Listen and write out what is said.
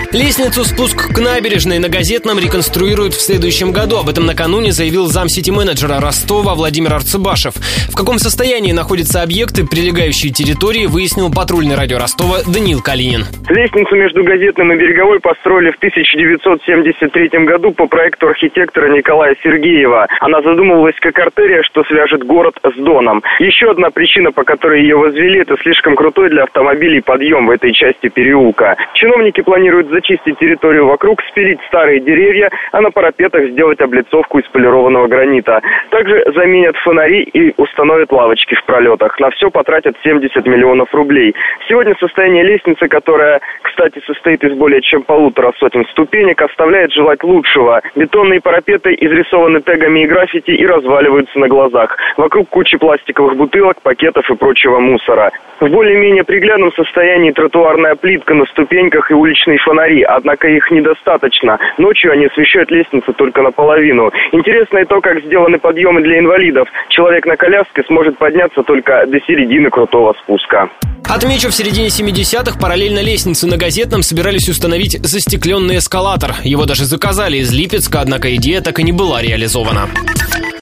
Лестницу спуск к набережной на Газетном реконструируют в следующем году. Об этом накануне заявил замсити-менеджера Ростова Владимир Арцебашев. В каком состоянии находятся объекты, прилегающие территории, выяснил патрульный радио Ростова Даниил Калинин. Лестницу между Газетным и Береговой построили в 1973 году по проекту архитектора Николая Сергеева. Она задумывалась как артерия, что свяжет город с Доном. Еще одна причина, по которой ее возвели, это слишком крутой для автомобилей подъем в этой части переулка. Чиновники планируют зачистить территорию вокруг, спилить старые деревья, а на парапетах сделать облицовку из полированного гранита. Также заменят фонари и установят лавочки в пролетах. На все потратят 70 миллионов рублей. Сегодня состояние лестницы, которая, кстати, состоит из более чем 150 ступенек, оставляет желать лучшего. Бетонные парапеты изрисованы тегами и граффити и разваливаются на глазах. Вокруг кучи пластиковых бутылок, пакетов и прочего мусора. В более-менее приглядном состоянии тротуарная плитка на ступеньках и уличные фонари, однако их недостаточно. Ночью они освещают лестницу только наполовину. Интересно и то, как сделаны подъемы для инвалидов. Человек на коляске сможет подняться только до середины крутого спуска. Отмечу, в середине 70-х параллельно лестнице на Газетном собирались установить застекленный эскалатор. Его даже заказали из Липецка, однако идея так и не была реализована.